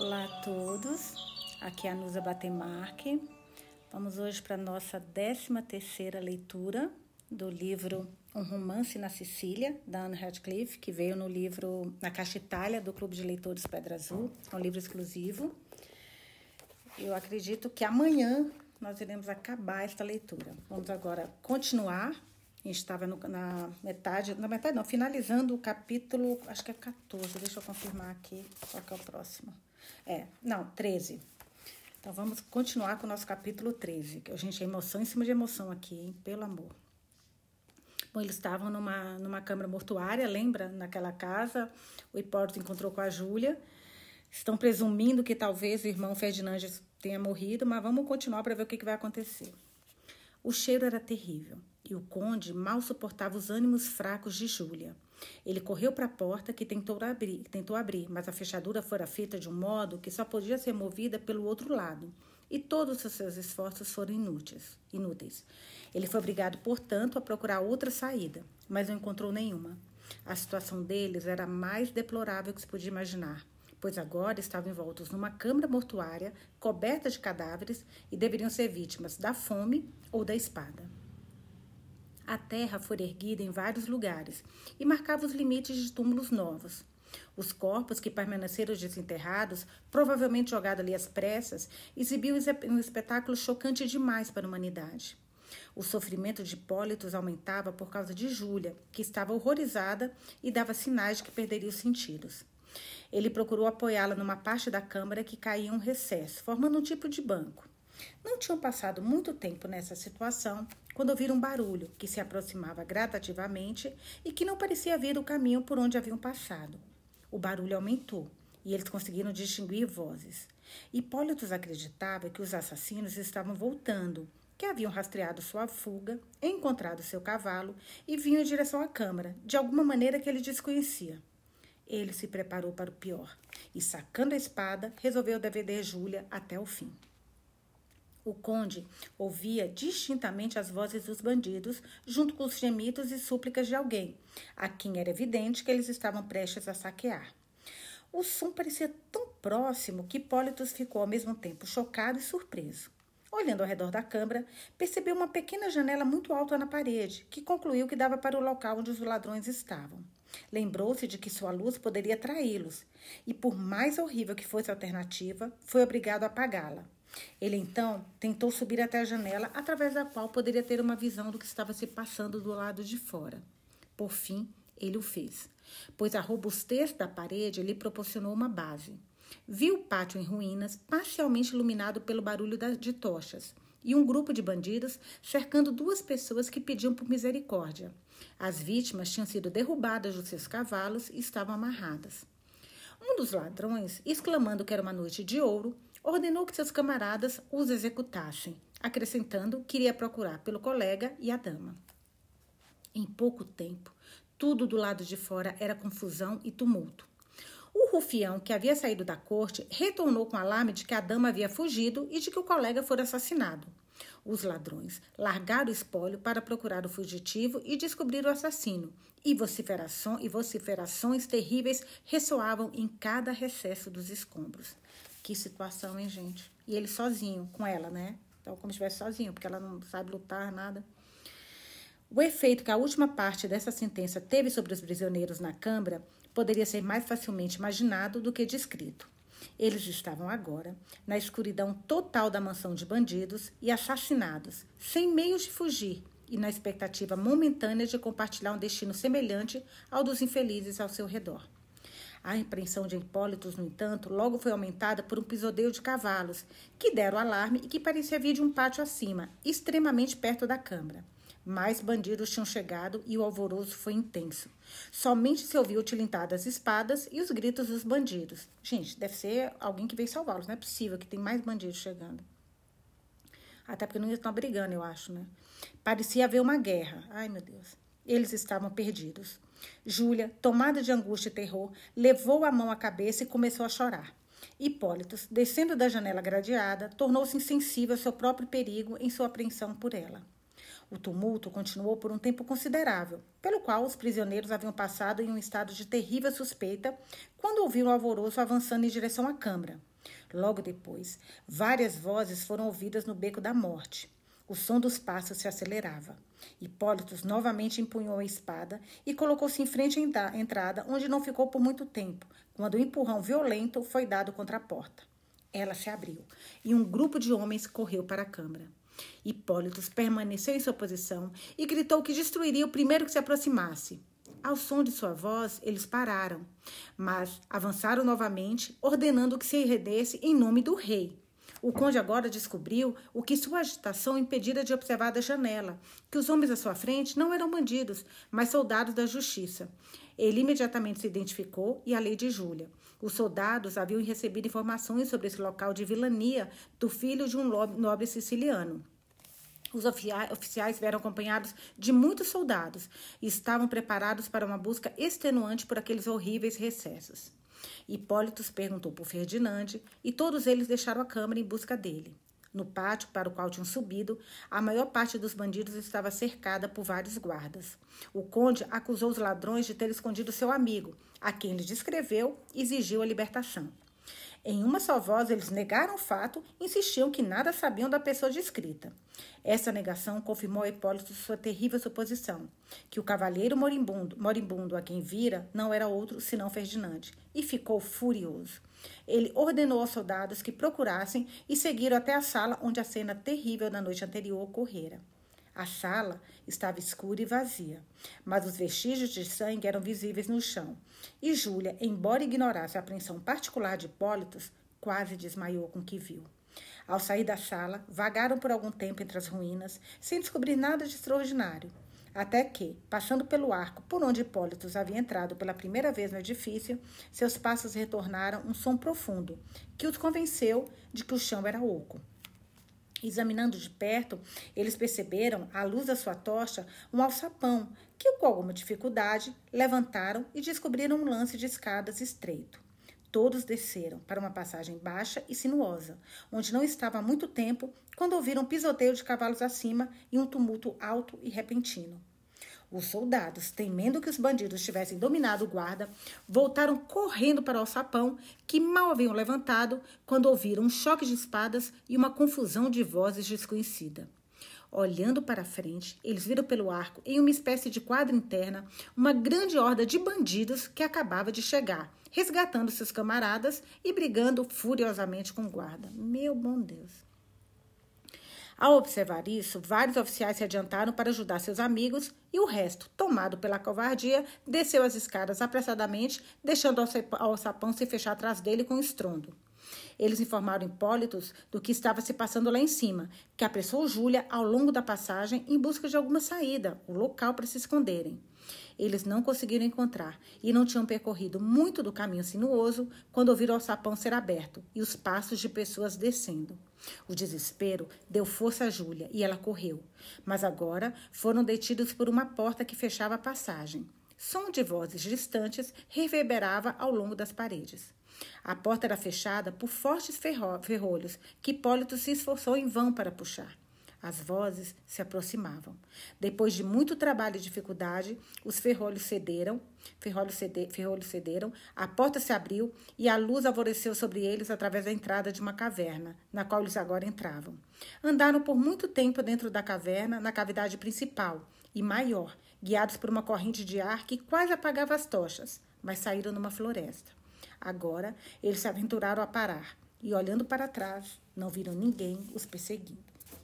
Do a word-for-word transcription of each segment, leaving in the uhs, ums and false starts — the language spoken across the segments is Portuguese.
Olá a todos, aqui é a Nusa Batemarque. Vamos hoje para a nossa décima terceira leitura do livro Um Romance na Sicília, da Anne Radcliffe, que veio no livro Na Caixa Itália, do Clube de Leitores Pedra Azul, é um livro exclusivo. Eu acredito que amanhã nós iremos acabar esta leitura. Vamos agora continuar. A gente estava no, na metade, na metade não, finalizando o capítulo, acho que é quatorze, deixa eu confirmar aqui qual que é o próximo. É, não, treze. Então, vamos continuar com o nosso capítulo treze, que a gente é emoção em cima de emoção aqui, hein? Pelo amor. Bom, eles estavam numa, numa câmara mortuária, lembra? Naquela casa, o Hipólito encontrou com a Júlia. Estão presumindo que talvez o irmão Ferdinandes tenha morrido, mas vamos continuar para ver o que, que vai acontecer. O cheiro era terrível e o conde mal suportava os ânimos fracos de Júlia. Ele correu para a porta que tentou abrir, tentou abrir, mas a fechadura fora feita de um modo que só podia ser movida pelo outro lado, e todos os seus esforços foram inúteis. inúteis. Ele foi obrigado, portanto, a procurar outra saída, mas não encontrou nenhuma. A situação deles era a mais deplorável que se podia imaginar, pois agora estavam envoltos numa câmara mortuária coberta de cadáveres e deveriam ser vítimas da fome ou da espada. A terra foi erguida em vários lugares e marcava os limites de túmulos novos. Os corpos que permaneceram desenterrados, provavelmente jogados ali às pressas, exibiam um espetáculo chocante demais para a humanidade. O sofrimento de Hipólito aumentava por causa de Júlia, que estava horrorizada e dava sinais de que perderia os sentidos. Ele procurou apoiá-la numa parte da câmara que caía em um recesso, formando um tipo de banco. Não tinham passado muito tempo nessa situação quando ouviram um barulho que se aproximava gradativamente e que não parecia vir o caminho por onde haviam passado. O barulho aumentou e eles conseguiram distinguir vozes. Hipólito acreditava que os assassinos estavam voltando, que haviam rastreado sua fuga, encontrado seu cavalo e vinham em direção à câmara, de alguma maneira que ele desconhecia. Ele se preparou para o pior e, sacando a espada, resolveu defender Júlia até o fim. O conde ouvia distintamente as vozes dos bandidos, junto com os gemidos e súplicas de alguém, a quem era evidente que eles estavam prestes a saquear. O som parecia tão próximo que Hipólito ficou ao mesmo tempo chocado e surpreso. Olhando ao redor da câmara, percebeu uma pequena janela muito alta na parede, que concluiu que dava para o local onde os ladrões estavam. Lembrou-se de que sua luz poderia atraí-los, e por mais horrível que fosse a alternativa, foi obrigado a apagá-la. Ele, então, tentou subir até a janela, através da qual poderia ter uma visão do que estava se passando do lado de fora. Por fim, ele o fez, pois a robustez da parede lhe proporcionou uma base. Viu o pátio em ruínas, parcialmente iluminado pelo barulho de tochas, e um grupo de bandidos cercando duas pessoas que pediam por misericórdia. As vítimas tinham sido derrubadas dos seus cavalos e estavam amarradas. Um dos ladrões, exclamando que era uma noite de ouro, ordenou que seus camaradas os executassem, acrescentando que iria procurar pelo colega e a dama. Em pouco tempo, tudo do lado de fora era confusão e tumulto. O rufião, que havia saído da corte, retornou com alarme de que a dama havia fugido e de que o colega fora assassinado. Os ladrões largaram o espólio para procurar o fugitivo e descobrir o assassino, e, vociferação, e vociferações terríveis ressoavam em cada recesso dos escombros. Que situação, hein, gente? E ele sozinho, com ela, né? Então, como se estivesse sozinho, porque ela não sabe lutar, nada. O efeito que a última parte dessa sentença teve sobre os prisioneiros na câmara poderia ser mais facilmente imaginado do que descrito. Eles estavam agora na escuridão total da mansão de bandidos e assassinados, sem meios de fugir e na expectativa momentânea de compartilhar um destino semelhante ao dos infelizes ao seu redor. A apreensão de Hipólito, no entanto, logo foi aumentada por um pisoteio de cavalos, que deram alarme e que parecia vir de um pátio acima, extremamente perto da câmara. Mais bandidos tinham chegado e o alvoroço foi intenso. Somente se ouviu o tilintar das espadas e os gritos dos bandidos. Gente, deve ser alguém que veio salvá-los, não é possível que tem mais bandidos chegando. Até porque não estão brigando, eu acho, né? Parecia haver uma guerra. Ai, meu Deus. Eles estavam perdidos. Júlia, tomada de angústia e terror, levou a mão à cabeça e começou a chorar. Hipólito, descendo da janela gradeada, tornou-se insensível ao seu próprio perigo em sua apreensão por ela. O tumulto continuou por um tempo considerável, pelo qual os prisioneiros haviam passado em um estado de terrível suspeita quando ouviram o alvoroço avançando em direção à câmara. Logo depois, várias vozes foram ouvidas no beco da morte. O som dos passos se acelerava. Hipólito novamente empunhou a espada e colocou-se em frente à entrada, onde não ficou por muito tempo, quando um empurrão violento foi dado contra a porta. Ela se abriu e um grupo de homens correu para a câmara. Hipólito permaneceu em sua posição e gritou que destruiria o primeiro que se aproximasse. Ao som de sua voz, eles pararam, mas avançaram novamente, ordenando que se rendesse em nome do rei. O conde agora descobriu o que sua agitação impedira de observar da janela, que os homens à sua frente não eram bandidos, mas soldados da justiça. Ele imediatamente se identificou e a Lady Júlia. Os soldados haviam recebido informações sobre esse local de vilania do filho de um nobre siciliano. Os oficiais vieram acompanhados de muitos soldados e estavam preparados para uma busca extenuante por aqueles horríveis recessos. Hipólito perguntou por Ferdinand e todos eles deixaram a câmara em busca dele. No pátio para o qual tinham subido, a maior parte dos bandidos estava cercada por vários guardas. O conde acusou os ladrões de ter escondido seu amigo, a quem ele descreveu e exigiu a libertação. Em uma só voz, eles negaram o fato e insistiam que nada sabiam da pessoa descrita. Essa negação confirmou a Hipólito sua terrível suposição, que o cavalheiro moribundo, moribundo a quem vira não era outro senão Ferdinand, e ficou furioso. Ele ordenou aos soldados que procurassem e seguiram até a sala onde a cena terrível da noite anterior ocorrera. A sala estava escura e vazia, mas os vestígios de sangue eram visíveis no chão. E Júlia, embora ignorasse a apreensão particular de Hipólito, quase desmaiou com o que viu. Ao sair da sala, vagaram por algum tempo entre as ruínas, sem descobrir nada de extraordinário. Até que, passando pelo arco por onde Hipólito havia entrado pela primeira vez no edifício, seus passos retornaram um som profundo, que os convenceu de que o chão era oco. Examinando de perto, eles perceberam, à luz da sua tocha, um alçapão, que, com alguma dificuldade, levantaram e descobriram um lance de escadas estreito. Todos desceram para uma passagem baixa e sinuosa, onde não estava há muito tempo, quando ouviram um pisoteio de cavalos acima e um tumulto alto e repentino. Os soldados, temendo que os bandidos tivessem dominado o guarda, voltaram correndo para o alçapão, que mal haviam levantado, quando ouviram um choque de espadas e uma confusão de vozes desconhecida. Olhando para a frente, eles viram pelo arco, em uma espécie de quadra interna, uma grande horda de bandidos que acabava de chegar, resgatando seus camaradas e brigando furiosamente com o guarda. Meu bom Deus! Ao observar isso, vários oficiais se adiantaram para ajudar seus amigos e o resto, tomado pela covardia, desceu as escadas apressadamente, deixando o alçapão se fechar atrás dele com estrondo. Eles informaram Hipólito do que estava se passando lá em cima, que apressou Júlia ao longo da passagem em busca de alguma saída, o local para se esconderem. Eles não conseguiram encontrar e não tinham percorrido muito do caminho sinuoso quando ouviram o alçapão ser aberto e os passos de pessoas descendo. O desespero deu força a Júlia e ela correu, mas agora foram detidos por uma porta que fechava a passagem. Som de vozes distantes reverberava ao longo das paredes. A porta era fechada por fortes ferro- ferrolhos que Hipólito se esforçou em vão para puxar. As vozes se aproximavam. Depois de muito trabalho e dificuldade, os ferrolhos cederam, ferrolhos, cede, ferrolhos cederam, a porta se abriu e a luz alvoreceu sobre eles através da entrada de uma caverna, na qual eles agora entravam. Andaram por muito tempo dentro da caverna, na cavidade principal e maior, guiados por uma corrente de ar que quase apagava as tochas, mas saíram numa floresta. Agora, eles se aventuraram a parar e, olhando para trás, não viram ninguém os perseguindo.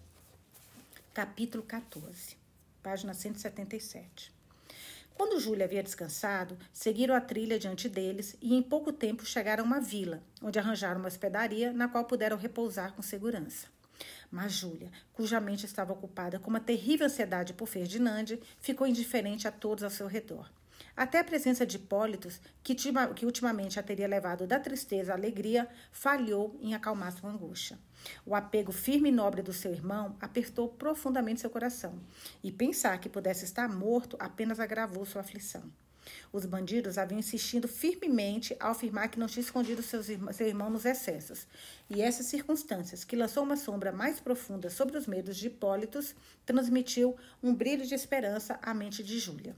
Capítulo quatorze, página cento e setenta e sete. Quando Júlia havia descansado, seguiram a trilha diante deles e em pouco tempo chegaram a uma vila, onde arranjaram uma hospedaria na qual puderam repousar com segurança. Mas Júlia, cuja mente estava ocupada com uma terrível ansiedade por Ferdinand, ficou indiferente a todos ao seu redor. Até a presença de Hipólito, que, que ultimamente a teria levado da tristeza à alegria, falhou em acalmar sua angústia. O apego firme e nobre do seu irmão apertou profundamente seu coração, e pensar que pudesse estar morto apenas agravou sua aflição. Os bandidos haviam insistido firmemente ao afirmar que não tinha escondido seus irmão, seu irmão nos excessos, e essas circunstâncias, que lançou uma sombra mais profunda sobre os medos de Hipólito, transmitiu um brilho de esperança à mente de Júlia.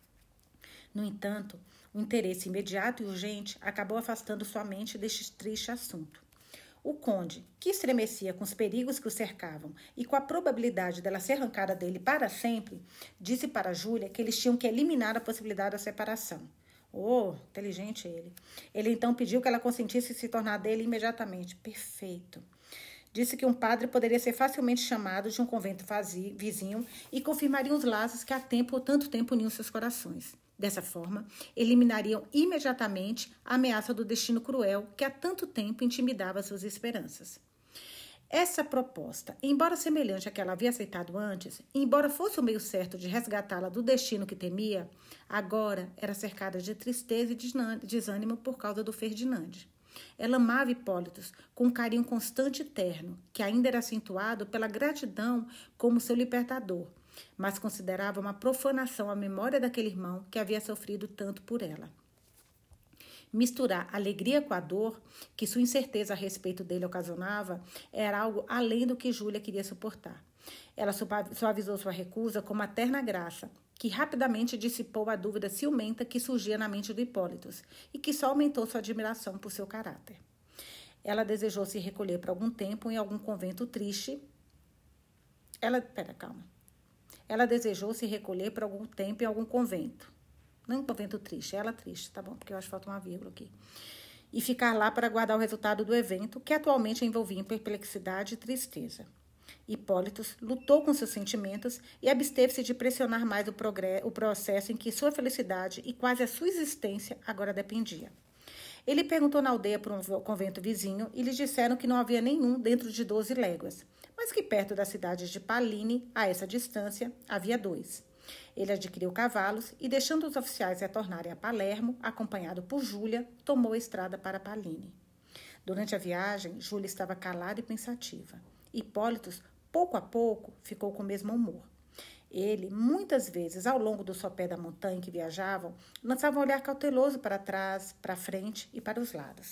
No entanto, o interesse imediato e urgente acabou afastando sua mente deste triste assunto. O conde, que estremecia com os perigos que o cercavam e com a probabilidade dela ser arrancada dele para sempre, disse para Júlia que eles tinham que eliminar a possibilidade da separação. Oh, inteligente ele. Ele então pediu que ela consentisse se tornar dele imediatamente. Perfeito. Disse que um padre poderia ser facilmente chamado de um convento vazio, vizinho e confirmaria os laços que há tempo ou tanto tempo uniam seus corações. Dessa forma, eliminariam imediatamente a ameaça do destino cruel que há tanto tempo intimidava suas esperanças. Essa proposta, embora semelhante à que ela havia aceitado antes, e embora fosse o meio certo de resgatá-la do destino que temia, agora era cercada de tristeza e desânimo por causa do Ferdinand. Ela amava Hipólitos com um carinho constante e terno, que ainda era acentuado pela gratidão como seu libertador, mas considerava uma profanação a memória daquele irmão que havia sofrido tanto por ela. Misturar alegria com a dor que sua incerteza a respeito dele ocasionava era algo além do que Júlia queria suportar. Ela suavizou sua recusa com uma terna graça, que rapidamente dissipou a dúvida ciumenta que surgia na mente do Hipólitos e que só aumentou sua admiração por seu caráter. Ela desejou se recolher por algum tempo em algum convento triste. Ela, pera, calma. Ela desejou se recolher por algum tempo em algum convento. Não um convento triste, ela triste, tá bom? Porque eu acho que falta uma vírgula aqui. E ficar lá para aguardar o resultado do evento, que atualmente envolvia em perplexidade e tristeza. Hipólitos lutou com seus sentimentos e absteve-se de pressionar mais o, o processo em que sua felicidade e quase a sua existência agora dependia. Ele perguntou na aldeia por um convento vizinho e lhes disseram que não havia nenhum dentro de doze léguas, mas que perto da cidade de Paline, a essa distância, havia dois. Ele adquiriu cavalos e, deixando os oficiais retornarem a Palermo, acompanhado por Júlia, tomou a estrada para Paline. Durante a viagem, Júlia estava calada e pensativa. Hipólitos, pouco a pouco, ficou com o mesmo humor. Ele, muitas vezes, ao longo do sopé da montanha que viajavam, lançava um olhar cauteloso para trás, para frente e para os lados.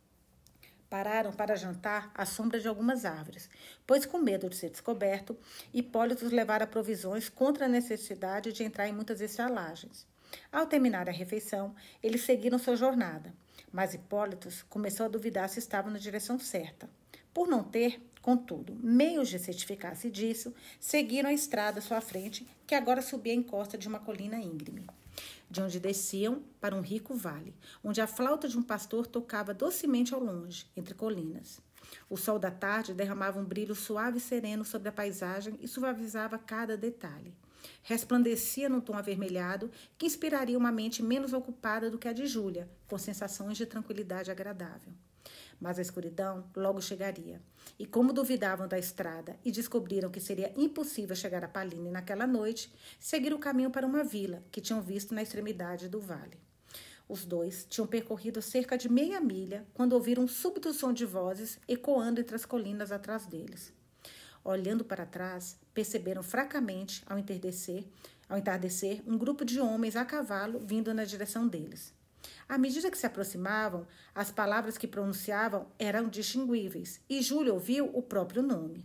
Pararam para jantar à sombra de algumas árvores, pois, com medo de ser descoberto, Hipólito levara provisões contra a necessidade de entrar em muitas estalagens. Ao terminar a refeição, eles seguiram sua jornada, mas Hipólito começou a duvidar se estavam na direção certa. Por não ter, contudo, meios de certificar-se disso, seguiram a estrada à sua frente, que agora subia a encosta de uma colina íngreme, de onde desciam para um rico vale, onde a flauta de um pastor tocava docemente ao longe, entre colinas. O sol da tarde derramava um brilho suave e sereno sobre a paisagem e suavizava cada detalhe. Resplandecia num tom avermelhado que inspiraria uma mente menos ocupada do que a de Júlia, com sensações de tranquilidade agradável. Mas a escuridão logo chegaria. E como duvidavam da estrada e descobriram que seria impossível chegar a Paline naquela noite, seguiram o caminho para uma vila que tinham visto na extremidade do vale. Os dois tinham percorrido cerca de meia milha quando ouviram um súbito som de vozes ecoando entre as colinas atrás deles. Olhando para trás, perceberam fracamente, ao entardecer, ao entardecer, um grupo de homens a cavalo vindo na direção deles. À medida que se aproximavam, as palavras que pronunciavam eram distinguíveis, e Júlia ouviu o próprio nome.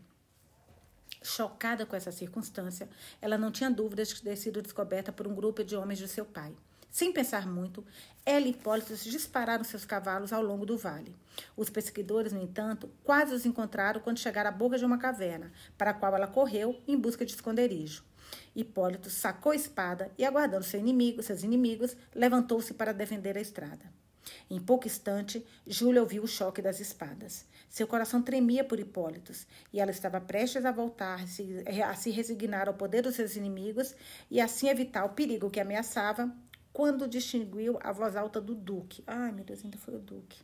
Chocada com essa circunstância, ela não tinha dúvidas de ter sido descoberta por um grupo de homens de seu pai. Sem pensar muito, ela e Hipólito dispararam seus cavalos ao longo do vale. Os perseguidores, no entanto, quase os encontraram quando chegaram à boca de uma caverna, para a qual ela correu em busca de esconderijo. Hipólito sacou a espada e, aguardando seu inimigo, seus inimigos, levantou-se para defender a estrada. Em pouco instante, Júlia ouviu o choque das espadas. Seu coração tremia por Hipólito, e ela estava prestes a voltar-se, a se resignar ao poder dos seus inimigos e assim evitar o perigo que ameaçava, quando distinguiu a voz alta do Duque. Ai, meu Deus, ainda foi o Duque.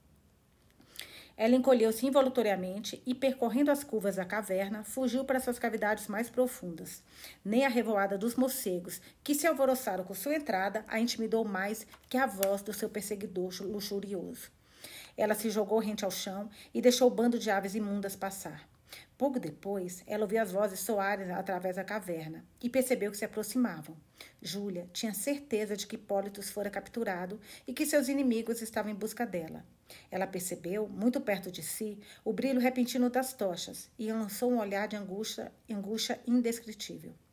Ela encolheu-se involuntariamente e, percorrendo as curvas da caverna, fugiu para suas cavidades mais profundas. Nem a revoada dos morcegos, que se alvoroçaram com sua entrada, a intimidou mais que a voz do seu perseguidor luxurioso. Ela se jogou rente ao chão e deixou o bando de aves imundas passar. Pouco depois, ela ouviu as vozes soarem através da caverna e percebeu que se aproximavam. Júlia tinha certeza de que Hipólito fora capturado e que seus inimigos estavam em busca dela. Ela percebeu, muito perto de si, o brilho repentino das tochas e lançou um olhar de angústia, angústia indescritível.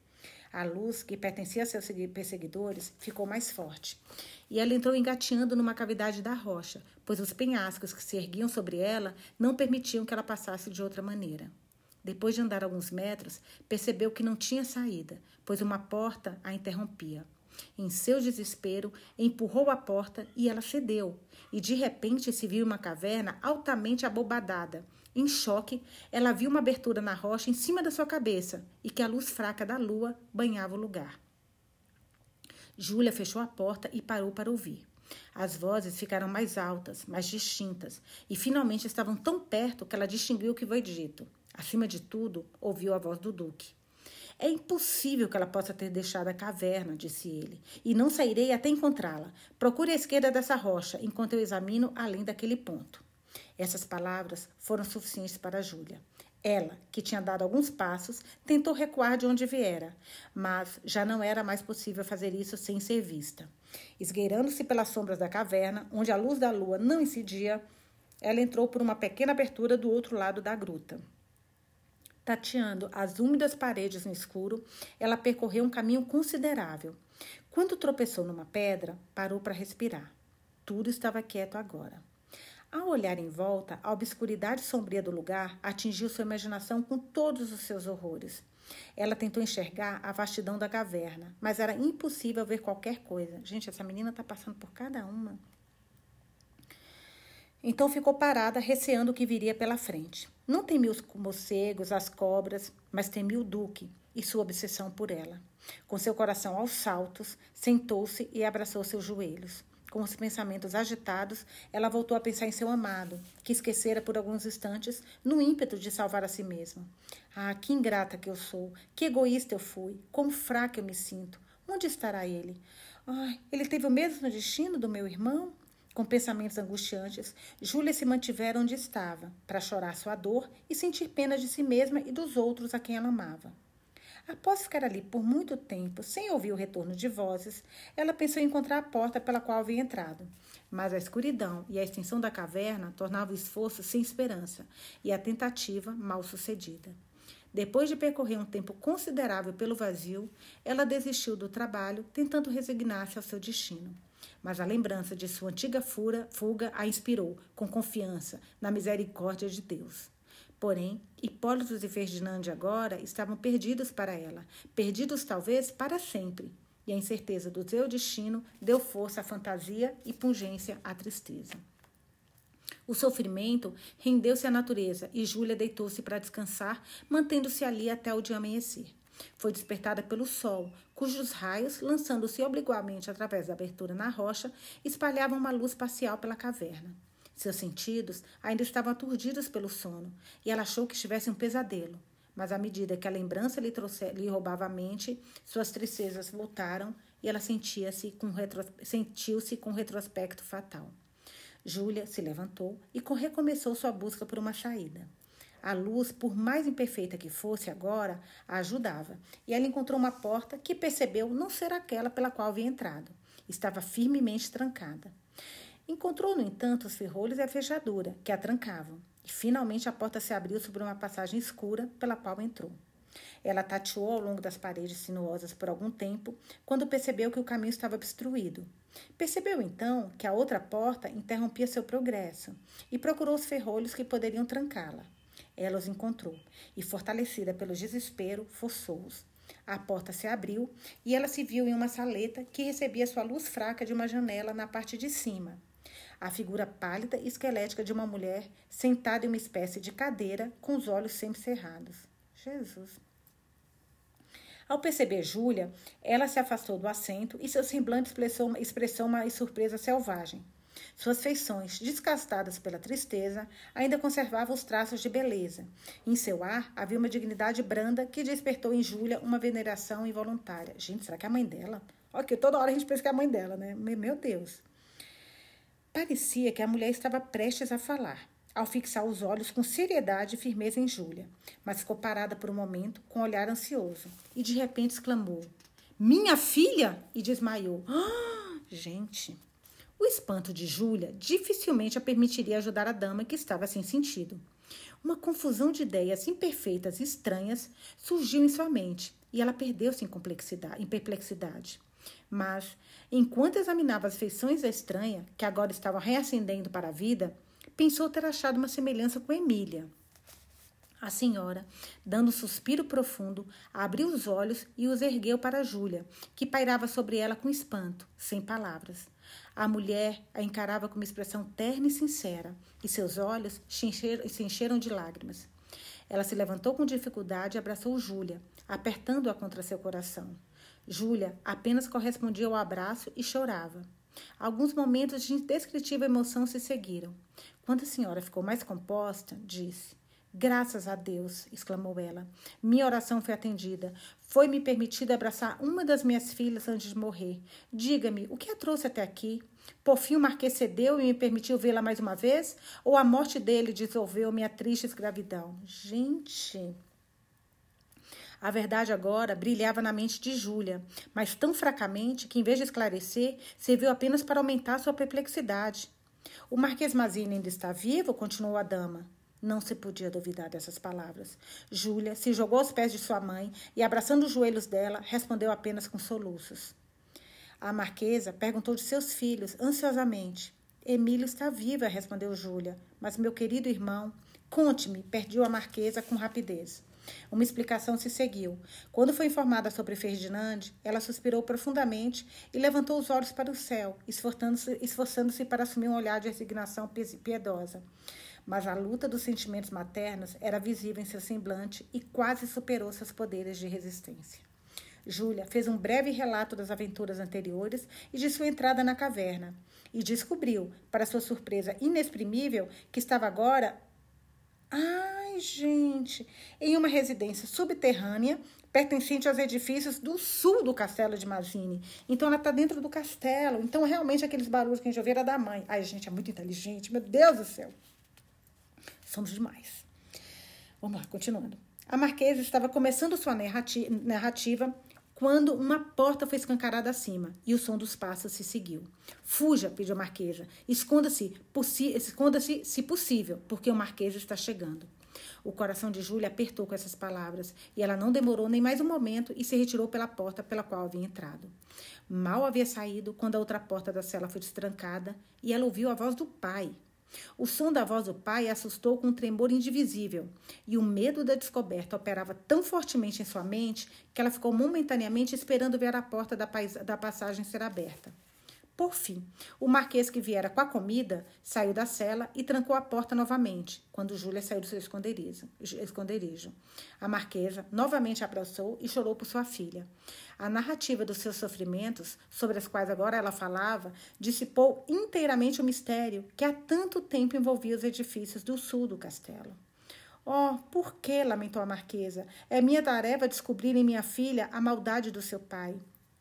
A luz, que pertencia a seus perseguidores, ficou mais forte. E ela entrou engateando numa cavidade da rocha, pois os penhascos que se erguiam sobre ela não permitiam que ela passasse de outra maneira. Depois de andar alguns metros, percebeu que não tinha saída, pois uma porta a interrompia. Em seu desespero, empurrou a porta e ela cedeu, e de repente se viu uma caverna altamente abobadada. Em choque, ela viu uma abertura na rocha em cima da sua cabeça e que a luz fraca da lua banhava o lugar. Júlia fechou a porta e parou para ouvir. As vozes ficaram mais altas, mais distintas, e finalmente estavam tão perto que ela distinguiu o que foi dito. Acima de tudo, ouviu a voz do Duque. É impossível que ela possa ter deixado a caverna, disse ele, e não sairei até encontrá-la. Procure à esquerda dessa rocha, enquanto eu examino além daquele ponto. Essas palavras foram suficientes para Júlia. Ela, que tinha dado alguns passos, tentou recuar de onde viera, mas já não era mais possível fazer isso sem ser vista. Esgueirando-se pelas sombras da caverna, onde a luz da lua não incidia, ela entrou por uma pequena abertura do outro lado da gruta. Tateando as úmidas paredes no escuro, ela percorreu um caminho considerável. Quando tropeçou numa pedra, parou para respirar. Tudo estava quieto agora. Ao olhar em volta, a obscuridade sombria do lugar atingiu sua imaginação com todos os seus horrores. Ela tentou enxergar a vastidão da caverna, mas era impossível ver qualquer coisa. Gente, essa menina está passando por cada uma. Então ficou parada, receando o que viria pela frente. Não temia os morcegos, as cobras, mas temia o Duque e sua obsessão por ela. Com seu coração aos saltos, sentou-se e abraçou seus joelhos. Com os pensamentos agitados, ela voltou a pensar em seu amado, que esquecera por alguns instantes no ímpeto de salvar a si mesma. Ah, que ingrata que eu sou, que egoísta eu fui, quão fraca eu me sinto. Onde estará ele? Ai, ele teve o mesmo destino do meu irmão? Com pensamentos angustiantes, Júlia se mantivera onde estava, para chorar sua dor e sentir pena de si mesma e dos outros a quem ela amava. Após ficar ali por muito tempo, sem ouvir o retorno de vozes, ela pensou em encontrar a porta pela qual havia entrado. Mas a escuridão e a extensão da caverna tornavam o esforço sem esperança e a tentativa mal sucedida. Depois de percorrer um tempo considerável pelo vazio, ela desistiu do trabalho, tentando resignar-se ao seu destino. Mas a lembrança de sua antiga fura, fuga a inspirou, com confiança, na misericórdia de Deus. Porém, Hipólito e Ferdinand agora estavam perdidos para ela, perdidos talvez para sempre, e a incerteza do seu destino deu força à fantasia e pungência à tristeza. O sofrimento rendeu-se à natureza e Júlia deitou-se para descansar, mantendo-se ali até o dia amanhecer. Foi despertada pelo sol, cujos raios, lançando-se obliquamente através da abertura na rocha, espalhavam uma luz parcial pela caverna. Seus sentidos ainda estavam aturdidos pelo sono, e ela achou que estivesse um pesadelo. Mas à medida que a lembrança lhe, trouxe, lhe roubava a mente, suas tristezas voltaram e ela sentia-se com retro, sentiu-se com um retrospecto fatal. Júlia se levantou e recomeçou sua busca por uma saída. A luz, por mais imperfeita que fosse agora, a ajudava, e ela encontrou uma porta que percebeu não ser aquela pela qual havia entrado. Estava firmemente trancada. Encontrou, no entanto, os ferrolhos e a fechadura, que a trancavam, e finalmente a porta se abriu sobre uma passagem escura pela qual entrou. Ela tateou ao longo das paredes sinuosas por algum tempo, quando percebeu que o caminho estava obstruído. Percebeu, então, que a outra porta interrompia seu progresso, e procurou os ferrolhos que poderiam trancá-la. Ela os encontrou, e, fortalecida pelo desespero, forçou-os. A porta se abriu, e ela se viu em uma saleta que recebia sua luz fraca de uma janela na parte de cima. A figura pálida e esquelética de uma mulher sentada em uma espécie de cadeira, com os olhos semicerrados. Jesus! Ao perceber Júlia, ela se afastou do assento e seu semblante expressou uma, expressou uma surpresa selvagem. Suas feições, desgastadas pela tristeza, ainda conservavam os traços de beleza. Em seu ar havia uma dignidade branda que despertou em Júlia uma veneração involuntária. Gente, será que é a mãe dela? Ok, toda hora a gente pensa que é a mãe dela, né? Meu Deus! Parecia que a mulher estava prestes a falar, ao fixar os olhos com seriedade e firmeza em Júlia, mas ficou parada por um momento, com um olhar ansioso, e de repente exclamou, minha filha? E desmaiou. Ah, gente! O espanto de Júlia dificilmente a permitiria ajudar a dama que estava sem sentido. Uma confusão de ideias imperfeitas e estranhas surgiu em sua mente, e ela perdeu-se em complexidade, em perplexidade. Mas, enquanto examinava as feições da estranha, que agora estavam reacendendo para a vida, pensou ter achado uma semelhança com Emília. A senhora, dando um suspiro profundo, abriu os olhos e os ergueu para Júlia, que pairava sobre ela com espanto, sem palavras. A mulher a encarava com uma expressão terna e sincera, e seus olhos se encheram, se encheram de lágrimas. Ela se levantou com dificuldade e abraçou Júlia, apertando-a contra seu coração. Júlia apenas correspondia ao abraço e chorava. Alguns momentos de indescritível emoção se seguiram. Quando a senhora ficou mais composta, disse: "Graças a Deus", exclamou ela. "Minha oração foi atendida. Foi-me permitido abraçar uma das minhas filhas antes de morrer. Diga-me, o que a trouxe até aqui? Por fim o Marquês cedeu e me permitiu vê-la mais uma vez? Ou a morte dele dissolveu minha triste escravidão?" Gente... A verdade agora brilhava na mente de Júlia, mas tão fracamente que, em vez de esclarecer, serviu apenas para aumentar sua perplexidade. "O Marquês Mazzini ainda está vivo?" continuou a dama. Não se podia duvidar dessas palavras. Júlia se jogou aos pés de sua mãe e, abraçando os joelhos dela, respondeu apenas com soluços. A marquesa perguntou de seus filhos, ansiosamente. "Emílio está viva", respondeu Júlia. "Mas meu querido irmão..." "Conte-me", pediu a marquesa com rapidez. Uma explicação se seguiu. Quando foi informada sobre Ferdinand, ela suspirou profundamente e levantou os olhos para o céu, esforçando-se, esforçando-se para assumir um olhar de resignação piedosa. Mas a luta dos sentimentos maternos era visível em seu semblante e quase superou seus poderes de resistência. Júlia fez um breve relato das aventuras anteriores e de sua entrada na caverna, e descobriu, para sua surpresa inexprimível, que estava agora... Ai, gente! Em uma residência subterrânea, pertencente aos edifícios do sul do castelo de Mazzini. Então, ela está dentro do castelo. Então, realmente, aqueles barulhos que a gente ouviu era da mãe. Ai, gente, é muito inteligente. Meu Deus do céu! Somos demais. Vamos lá, continuando. A marquesa estava começando sua narrativa quando uma porta foi escancarada acima e o som dos passos se seguiu. "Fuja", pediu a marquesa. Esconda-se, esconda-se, se possível, porque o marquês está chegando." O coração de Júlia apertou com essas palavras e ela não demorou nem mais um momento e se retirou pela porta pela qual havia entrado. Mal havia saído quando a outra porta da cela foi destrancada e ela ouviu a voz do pai. O som da voz do pai a assustou com um tremor indivisível, e o medo da descoberta operava tão fortemente em sua mente que ela ficou momentaneamente esperando ver a porta da, pais- da passagem ser aberta. Por fim, o marquês, que viera com a comida, saiu da cela e trancou a porta novamente, quando Júlia saiu do seu esconderijo. esconderijo. A marquesa novamente a abraçou e chorou por sua filha. A narrativa dos seus sofrimentos, sobre as quais agora ela falava, dissipou inteiramente o mistério que há tanto tempo envolvia os edifícios do sul do castelo. "Oh, por que?" lamentou a marquesa. "É minha tarefa descobrir em minha filha a maldade do seu pai.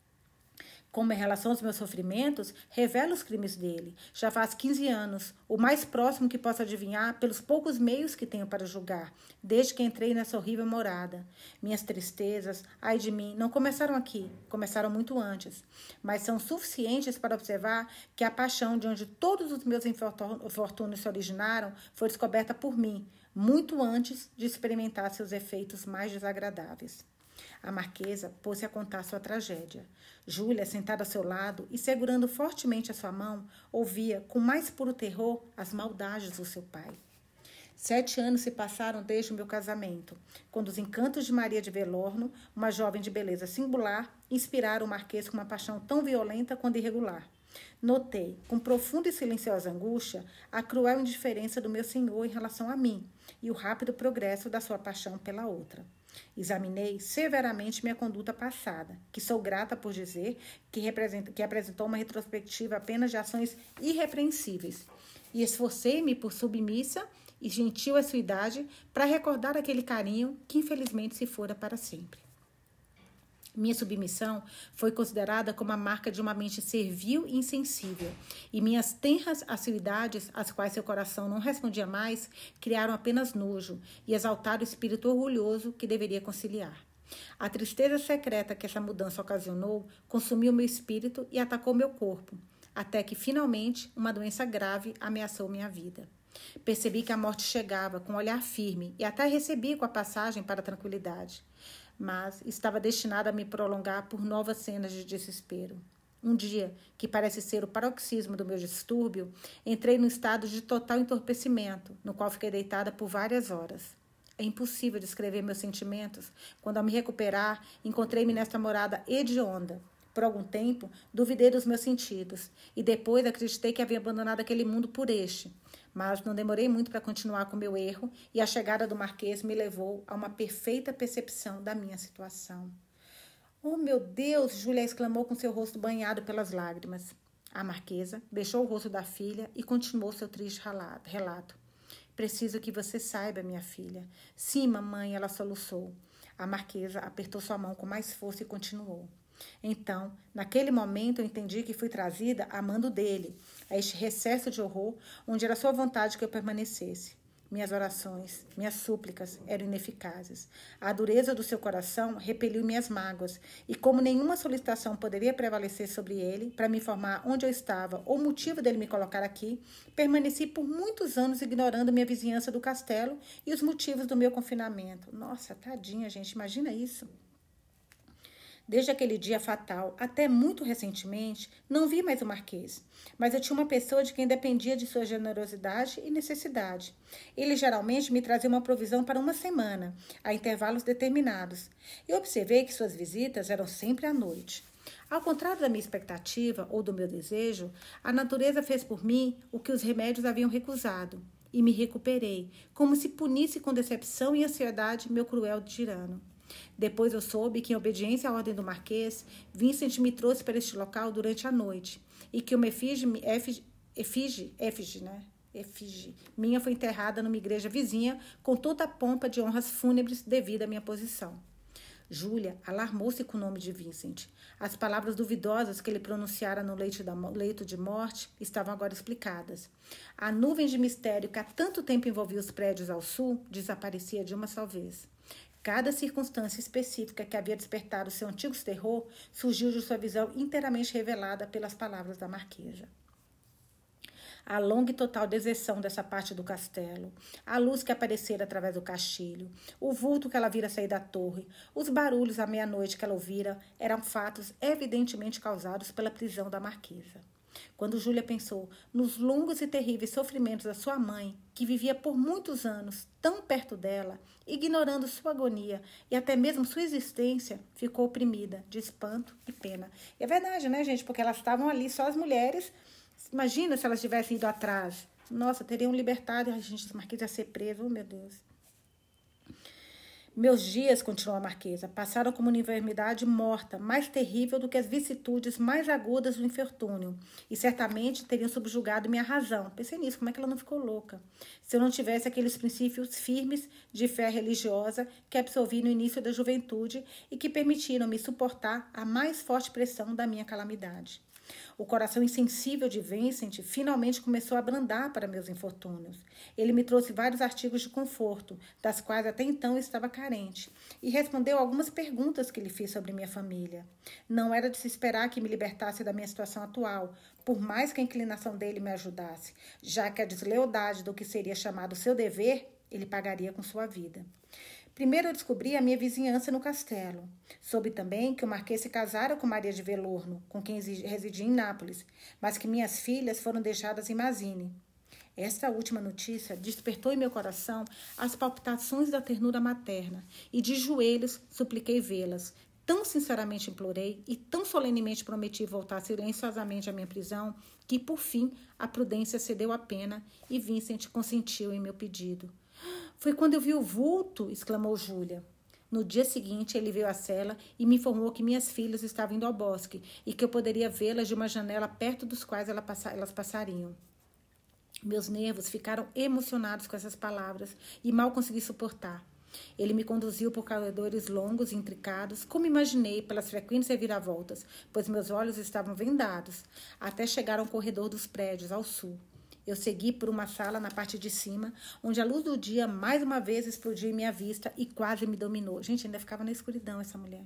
Como em relação aos meus sofrimentos, revela os crimes dele. Já faz quinze anos, o mais próximo que posso adivinhar pelos poucos meios que tenho para julgar, desde que entrei nessa horrível morada. Minhas tristezas, ai de mim, não começaram aqui, começaram muito antes, mas são suficientes para observar que a paixão de onde todos os meus infortúnios se originaram foi descoberta por mim, muito antes de experimentar seus efeitos mais desagradáveis." A marquesa pôs-se a contar sua tragédia. Júlia, sentada ao seu lado e segurando fortemente a sua mão, ouvia com mais puro terror as maldades do seu pai. Sete anos se passaram desde o meu casamento, quando os encantos de Maria de Velorno, uma jovem de beleza singular, inspiraram o marquês com uma paixão tão violenta quanto irregular. Notei, com profunda e silenciosa angústia, a cruel indiferença do meu senhor em relação a mim e o rápido progresso da sua paixão pela outra. Examinei severamente minha conduta passada, que sou grata por dizer que, representa, que apresentou uma retrospectiva apenas de ações irrepreensíveis, e esforcei-me por submissa e gentil à sua idade para recordar aquele carinho que infelizmente se fora para sempre. Minha submissão foi considerada como a marca de uma mente servil e insensível, e minhas tenras assiduidades, às quais seu coração não respondia mais, criaram apenas nojo e exaltaram o espírito orgulhoso que deveria conciliar. A tristeza secreta que essa mudança ocasionou consumiu meu espírito e atacou meu corpo, até que, finalmente, uma doença grave ameaçou minha vida. Percebi que a morte chegava com um olhar firme e até recebi com a passagem para a tranquilidade. mas estava destinada a me prolongar por novas cenas de desespero. Um dia, que parece ser o paroxismo do meu distúrbio, entrei num estado de total entorpecimento, no qual fiquei deitada por várias horas. É impossível descrever meus sentimentos quando, ao me recuperar, encontrei-me nesta morada hedionda. Por algum tempo, duvidei dos meus sentidos e depois acreditei que havia abandonado aquele mundo por este. Mas não demorei muito para continuar com meu erro e a chegada do Marquês me levou a uma perfeita percepção da minha situação. Oh, meu Deus! Júlia exclamou com seu rosto banhado pelas lágrimas. A Marquesa beijou o rosto da filha e continuou seu triste relato. Preciso que você saiba, minha filha. Sim, mamãe, ela soluçou. A Marquesa apertou sua mão com mais força e continuou. Então, naquele momento, eu entendi que fui trazida a mando dele, a este recesso de horror, onde era sua vontade que eu permanecesse. Minhas orações, minhas súplicas eram ineficazes. A dureza do seu coração repeliu minhas mágoas, e como nenhuma solicitação poderia prevalecer sobre ele, para me informar onde eu estava ou o motivo dele me colocar aqui, permaneci por muitos anos ignorando minha vizinhança do castelo e os motivos do meu confinamento. Nossa, tadinha, gente, imagina isso. Desde aquele dia fatal, até muito recentemente, não vi mais o Marquês, mas eu tinha uma pessoa de quem dependia de sua generosidade e necessidade. Ele geralmente me trazia uma provisão para uma semana, a intervalos determinados, e observei que suas visitas eram sempre à noite. Ao contrário da minha expectativa ou do meu desejo, a natureza fez por mim o que os remédios haviam recusado, e me recuperei, como se punisse com decepção e ansiedade meu cruel tirano. Depois eu soube que, em obediência à ordem do Marquês, Vincent me trouxe para este local durante a noite e que uma efígie, efígie, efígie, efígie, né? efígie minha foi enterrada numa igreja vizinha com toda a pompa de honras fúnebres devido à minha posição. Júlia alarmou-se com o nome de Vincent. As palavras duvidosas que ele pronunciara no leito, da, leito de morte estavam agora explicadas. A nuvem de mistério que há tanto tempo envolvia os prédios ao sul desaparecia de uma só vez. Cada circunstância específica que havia despertado seu antigo terror surgiu de sua visão inteiramente revelada pelas palavras da Marquesa. A longa e total deserção dessa parte do castelo, a luz que aparecera através do castilho, o vulto que ela vira sair da torre, os barulhos à meia-noite que ela ouvira, eram fatos evidentemente causados pela prisão da Marquesa. Quando Júlia pensou nos longos e terríveis sofrimentos da sua mãe, que vivia por muitos anos tão perto dela, ignorando sua agonia e até mesmo sua existência, ficou oprimida de espanto e pena. E é verdade, né, gente? Porque elas estavam ali, só as mulheres. Imagina se elas tivessem ido atrás. Nossa, teriam libertado. A gente, a Marquesa ia ser presa. Oh, meu Deus. Meus dias, continuou a Marquesa, passaram como uma enfermidade morta, mais terrível do que as vicissitudes mais agudas do infortúnio, e certamente teriam subjugado minha razão. Pensei nisso, como é que ela não ficou louca? Se eu não tivesse aqueles princípios firmes de fé religiosa que absorvi no início da juventude e que permitiram-me suportar a mais forte pressão da minha calamidade. O coração insensível de Vincent finalmente começou a abrandar para meus infortúnios. Ele me trouxe vários artigos de conforto, das quais até então eu estava carente, e respondeu algumas perguntas que lhe fiz sobre minha família. Não era de se esperar que me libertasse da minha situação atual, por mais que a inclinação dele me ajudasse, já que a deslealdade do que seria chamado seu dever, ele pagaria com sua vida. Primeiro eu descobri a minha vizinhança no castelo. Soube também que o Marquês se casara com Maria de Velorno, com quem residia em Nápoles, mas que minhas filhas foram deixadas em Mazine. Esta última notícia despertou em meu coração as palpitações da ternura materna e de joelhos supliquei vê-las. Tão sinceramente implorei e tão solenemente prometi voltar silenciosamente à minha prisão que, por fim, a prudência cedeu à pena e Vincent consentiu em meu pedido. Foi quando eu vi o vulto, exclamou Júlia. No dia seguinte, ele veio à cela e me informou que minhas filhas estavam indo ao bosque e que eu poderia vê-las de uma janela perto dos quais elas passariam. Meus nervos ficaram emocionados com essas palavras e mal consegui suportar. Ele me conduziu por corredores longos e intricados, como imaginei pelas frequentes reviravoltas, pois meus olhos estavam vendados, até chegar ao corredor dos prédios, ao sul. Eu segui por uma sala na parte de cima, onde a luz do dia mais uma vez explodiu em minha vista e quase me dominou. Gente, ainda ficava na escuridão essa mulher.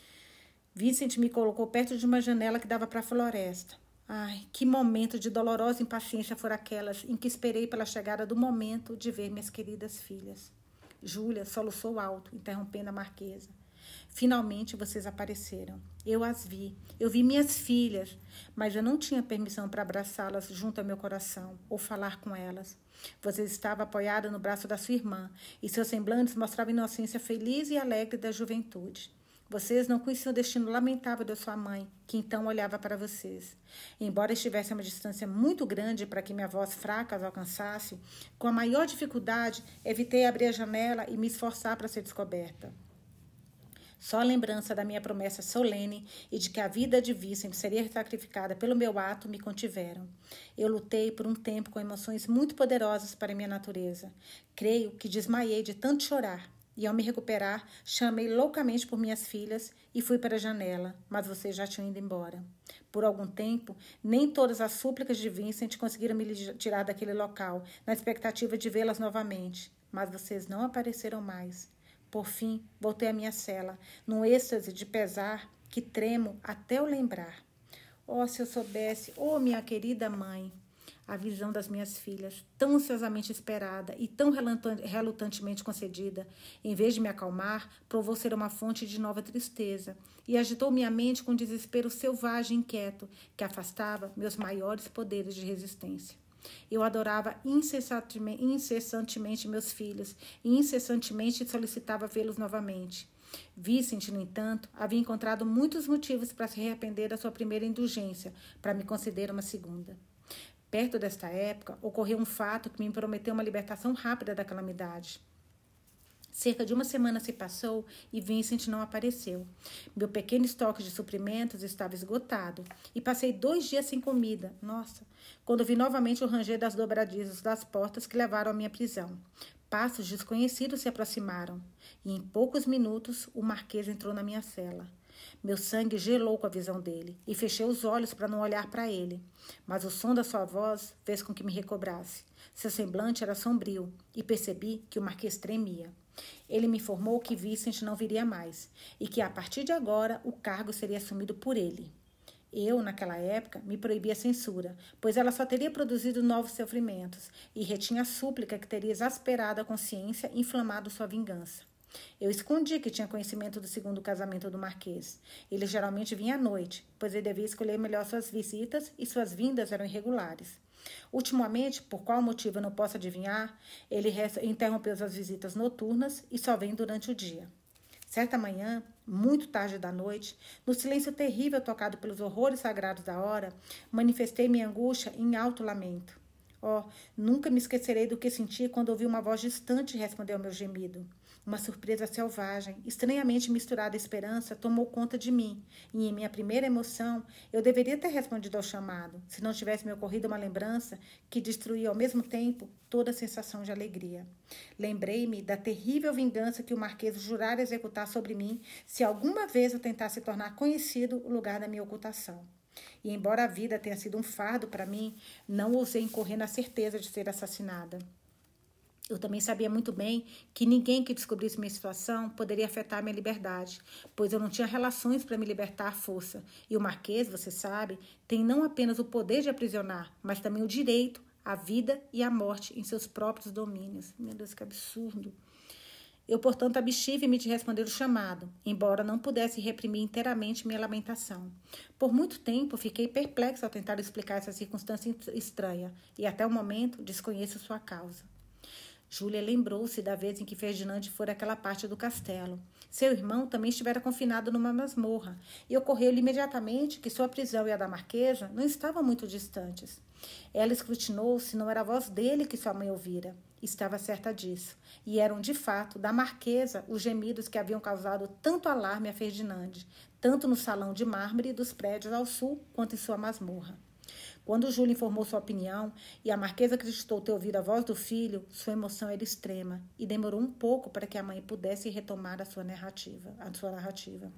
Vincent me colocou perto de uma janela que dava para a floresta. Ai, que momento de dolorosa impaciência foram aquelas em que esperei pela chegada do momento de ver minhas queridas filhas. Júlia soluçou alto, interrompendo a Marquesa. Finalmente vocês apareceram. Eu as vi. Eu vi minhas filhas, mas eu não tinha permissão para abraçá-las junto ao meu coração ou falar com elas. Você estava apoiada no braço da sua irmã e seus semblantes mostravam a inocência feliz e alegre da juventude. Vocês não conheciam o destino lamentável da sua mãe, que então olhava para vocês. Embora estivesse a uma distância muito grande para que minha voz fraca as alcançasse, com a maior dificuldade, evitei abrir a janela e me esforçar para ser descoberta. Só a lembrança da minha promessa solene e de que a vida de Vicente seria sacrificada pelo meu ato me contiveram. Eu lutei por um tempo com emoções muito poderosas para minha natureza. Creio que desmaiei de tanto chorar. E, ao me recuperar, chamei loucamente por minhas filhas e fui para a janela, mas vocês já tinham ido embora. Por algum tempo, nem todas as súplicas de Vincent conseguiram me tirar daquele local, na expectativa de vê-las novamente. Mas vocês não apareceram mais. Por fim, voltei à minha cela, num êxtase de pesar que tremo até eu lembrar. Oh, se eu soubesse, oh, minha querida mãe! A visão das minhas filhas, tão ansiosamente esperada e tão relutantemente concedida, em vez de me acalmar, provou ser uma fonte de nova tristeza e agitou minha mente com um desespero selvagem e inquieto que afastava meus maiores poderes de resistência. Eu adorava incessantemente, incessantemente meus filhos e incessantemente solicitava vê-los novamente. Vicente, no entanto, havia encontrado muitos motivos para se arrepender da sua primeira indulgência, para me conceder uma segunda. Perto desta época, ocorreu um fato que me prometeu uma libertação rápida da calamidade. Cerca de uma semana se passou e Vincent não apareceu. Meu pequeno estoque de suprimentos estava esgotado e passei dois dias sem comida. Nossa! Quando vi novamente o ranger das dobradizas das portas que levaram à minha prisão. Passos desconhecidos se aproximaram e, em poucos minutos, o Marquês entrou na minha cela. Meu sangue gelou com a visão dele e fechei os olhos para não olhar para ele. Mas o som da sua voz fez com que me recobrasse. Seu semblante era sombrio e percebi que o Marquês tremia. Ele me informou que Vicente não viria mais e que, a partir de agora, o cargo seria assumido por ele. Eu, naquela época, me proibia a censura, pois ela só teria produzido novos sofrimentos e retinha a súplica que teria exasperado a consciência e inflamado sua vingança. Eu escondi que tinha conhecimento do segundo casamento do Marquês. Ele geralmente vinha à noite, pois ele devia escolher melhor suas visitas e suas vindas eram irregulares. Ultimamente, por qual motivo eu não posso adivinhar, ele interrompeu suas visitas noturnas e só vem durante o dia. Certa manhã, muito tarde da noite, no silêncio terrível tocado pelos horrores sagrados da hora, manifestei minha angústia em alto lamento. Oh, nunca me esquecerei do que senti quando ouvi uma voz distante responder ao meu gemido. Uma surpresa selvagem, estranhamente misturada à esperança, tomou conta de mim, e em minha primeira emoção, eu deveria ter respondido ao chamado, se não tivesse me ocorrido uma lembrança que destruía ao mesmo tempo toda a sensação de alegria. Lembrei-me da terrível vingança que o Marquês jurara executar sobre mim se alguma vez eu tentasse tornar conhecido o lugar da minha ocultação. E embora a vida tenha sido um fardo para mim, não ousei incorrer na certeza de ser assassinada. Eu também sabia muito bem que ninguém que descobrisse minha situação poderia afetar minha liberdade, pois eu não tinha relações para me libertar à força. E o Marquês, você sabe, tem não apenas o poder de aprisionar, mas também o direito à vida e à morte em seus próprios domínios. Meu Deus, que absurdo! Eu, portanto, abstive-me de responder o chamado, embora não pudesse reprimir inteiramente minha lamentação. Por muito tempo, fiquei perplexa ao tentar explicar essa circunstância estranha, e até o momento desconheço sua causa. Júlia lembrou-se da vez em que Ferdinand fora àquela parte do castelo. Seu irmão também estivera confinado numa masmorra, e ocorreu-lhe imediatamente que sua prisão e a da Marquesa não estavam muito distantes. Ela escrutinou se não era a voz dele que sua mãe ouvira. Estava certa disso, e eram, de fato, da Marquesa os gemidos que haviam causado tanto alarme a Ferdinand, tanto no salão de mármore dos prédios ao sul, quanto em sua masmorra. Quando Júlia informou sua opinião e a Marquesa acreditou ter ouvido a voz do filho, sua emoção era extrema e demorou um pouco para que a mãe pudesse retomar a sua narrativa. A sua narrativa.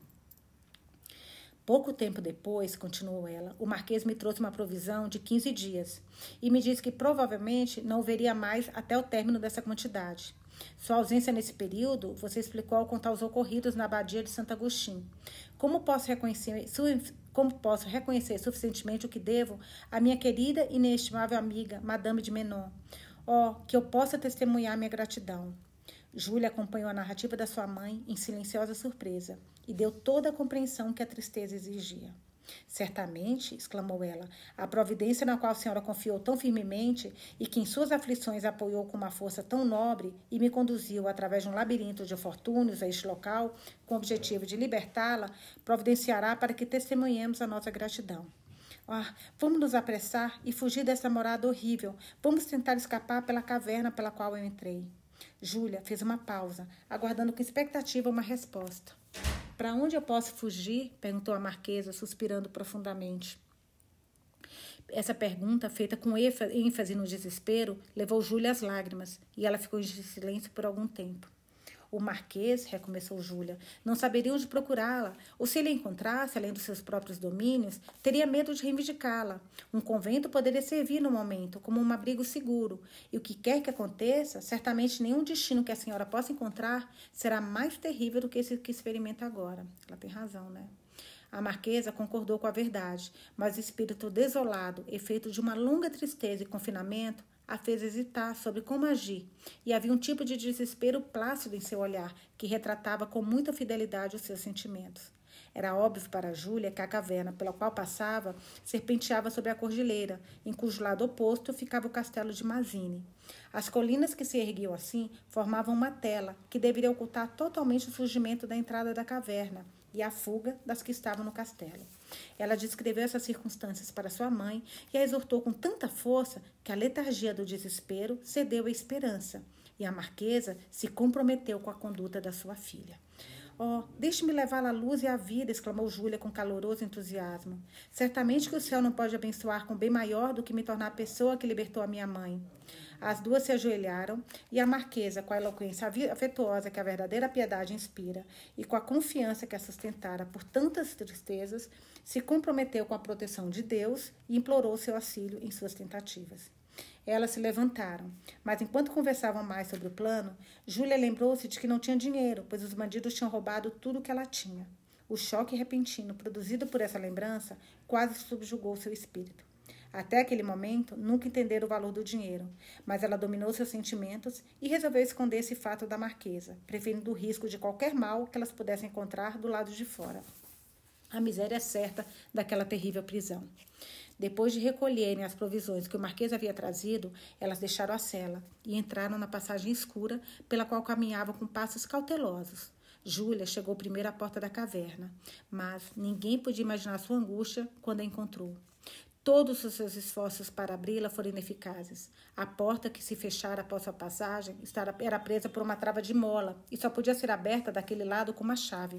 Pouco tempo depois, continuou ela, o Marquês me trouxe uma provisão de quinze dias e me disse que provavelmente não o veria mais até o término dessa quantidade. Sua ausência nesse período, você explicou ao contar os ocorridos na abadia de Santo Agostinho. Como posso reconhecer, como posso reconhecer suficientemente o que devo à minha querida e inestimável amiga, Madame de Menon? Oh, que eu possa testemunhar minha gratidão. Júlia acompanhou a narrativa da sua mãe em silenciosa surpresa e deu toda a compreensão que a tristeza exigia. Certamente, exclamou ela, a providência na qual a senhora confiou tão firmemente e que em suas aflições apoiou com uma força tão nobre e me conduziu através de um labirinto de infortúnios a este local, com o objetivo de libertá-la, providenciará para que testemunhemos a nossa gratidão. Ah, vamos nos apressar e fugir dessa morada horrível. Vamos tentar escapar pela caverna pela qual eu entrei. Júlia fez uma pausa, aguardando com expectativa uma resposta. Para onde eu posso fugir? Perguntou a marquesa, suspirando profundamente. Essa pergunta, feita com ênfase no desespero, levou Júlia às lágrimas, e ela ficou em silêncio por algum tempo. O marquês, recomeçou Júlia, não saberia onde procurá-la, ou se ele a encontrasse, além dos seus próprios domínios, teria medo de reivindicá-la. Um convento poderia servir no momento, como um abrigo seguro, e o que quer que aconteça, certamente nenhum destino que a senhora possa encontrar será mais terrível do que esse que experimenta agora. Ela tem razão, né? A marquesa concordou com a verdade, mas o espírito desolado, efeito de uma longa tristeza e confinamento, a fez hesitar sobre como agir, e havia um tipo de desespero plácido em seu olhar, que retratava com muita fidelidade os seus sentimentos. Era óbvio para Júlia que a caverna pela qual passava serpenteava sobre a cordilheira, em cujo lado oposto ficava o castelo de Mazine. As colinas que se erguiam assim formavam uma tela que deveria ocultar totalmente o surgimento da entrada da caverna e a fuga das que estavam no castelo. Ela descreveu essas circunstâncias para sua mãe e a exortou com tanta força que a letargia do desespero cedeu à esperança, e a marquesa se comprometeu com a conduta da sua filha. Oh, deixe-me levá-la à luz e à vida, exclamou Júlia com caloroso entusiasmo. Certamente que o céu não pode abençoar com bem maior do que me tornar a pessoa que libertou a minha mãe. As duas se ajoelharam e a marquesa, com a eloquência afetuosa que a verdadeira piedade inspira e com a confiança que a sustentara por tantas tristezas, se comprometeu com a proteção de Deus e implorou seu auxílio em suas tentativas. Elas se levantaram, mas enquanto conversavam mais sobre o plano, Júlia lembrou-se de que não tinha dinheiro, pois os bandidos tinham roubado tudo o que ela tinha. O choque repentino produzido por essa lembrança quase subjugou seu espírito. Até aquele momento, nunca entendera o valor do dinheiro, mas ela dominou seus sentimentos e resolveu esconder esse fato da marquesa, prevenindo o risco de qualquer mal que elas pudessem encontrar do lado de fora. A miséria certa daquela terrível prisão. Depois de recolherem as provisões que o marquês havia trazido, elas deixaram a cela e entraram na passagem escura pela qual caminhavam com passos cautelosos. Júlia chegou primeiro à porta da caverna, mas ninguém podia imaginar sua angústia quando a encontrou. Todos os seus esforços para abri-la foram ineficazes. A porta que se fechara após sua passagem era presa por uma trava de mola e só podia ser aberta daquele lado com uma chave.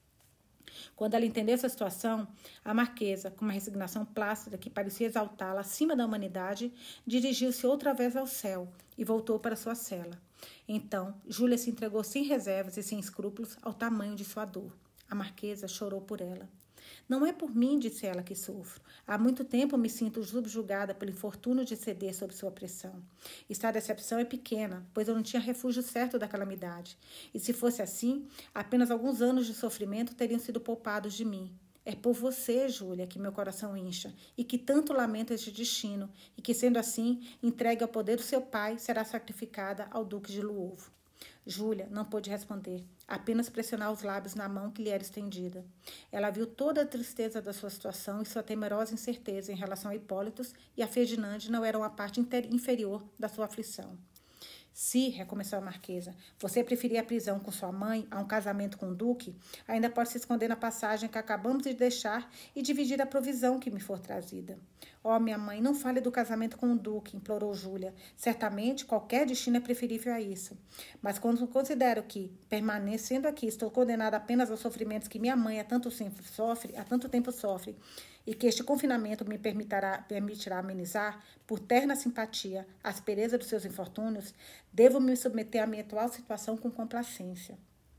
Quando ela entendeu essa situação, a marquesa, com uma resignação plácida que parecia exaltá-la acima da humanidade, dirigiu-se outra vez ao céu e voltou para sua cela. Então, Júlia se entregou sem reservas e sem escrúpulos ao tamanho de sua dor. A marquesa chorou por ela. Não é por mim, disse ela, que sofro. Há muito tempo me sinto subjugada pelo infortúnio de ceder sob sua pressão. Esta decepção é pequena, pois eu não tinha refúgio certo da calamidade. E se fosse assim, apenas alguns anos de sofrimento teriam sido poupados de mim. É por você, Júlia, que meu coração incha, e que tanto lamento este destino, e que, sendo assim, entregue ao poder do seu pai, será sacrificada ao duque de Luovo. Júlia não pôde responder, apenas pressionar os lábios na mão que lhe era estendida. Ela viu toda a tristeza da sua situação e sua temerosa incerteza em relação a Hipólitos e a Ferdinande não eram a parte inferior da sua aflição. Se, recomeçou a marquesa, você preferir a prisão com sua mãe a um casamento com o duque, ainda pode se esconder na passagem que acabamos de deixar e dividir a provisão que me for trazida. Oh, minha mãe, não fale do casamento com o duque, implorou Júlia. Certamente, qualquer destino é preferível a isso. Mas quando considero que, permanecendo aqui, estou condenada apenas aos sofrimentos que minha mãe há tanto tempo sofre, há tanto tempo sofre, e que este confinamento me permitirá, permitirá amenizar, por terna simpatia, a aspereza dos seus infortúnios, devo me submeter à minha atual situação com complacência.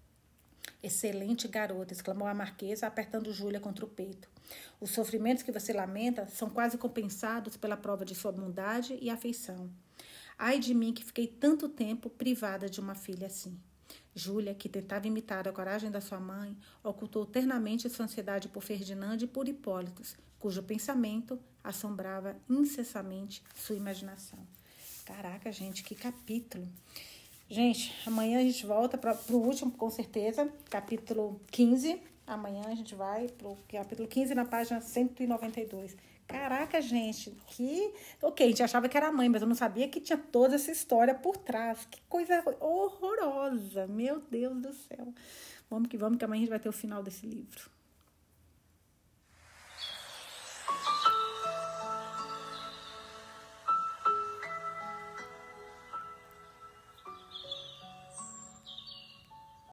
Excelente garota, exclamou a marquesa, apertando Júlia contra o peito. Os sofrimentos que você lamenta são quase compensados pela prova de sua bondade e afeição. Ai de mim que fiquei tanto tempo privada de uma filha assim. Júlia, que tentava imitar a coragem da sua mãe, ocultou ternamente sua ansiedade por Ferdinande e por Hipólitos, cujo pensamento assombrava incessantemente sua imaginação. Caraca, gente, que capítulo! Gente, amanhã a gente volta para o último, com certeza, capítulo quinze. Amanhã a gente vai para o capítulo quinze, na página cento e noventa e dois. Caraca, gente, que... Ok, a gente achava que era a mãe, mas eu não sabia que tinha toda essa história por trás. Que coisa horrorosa, meu Deus do céu. Vamos que vamos, que amanhã a gente vai ter o final desse livro.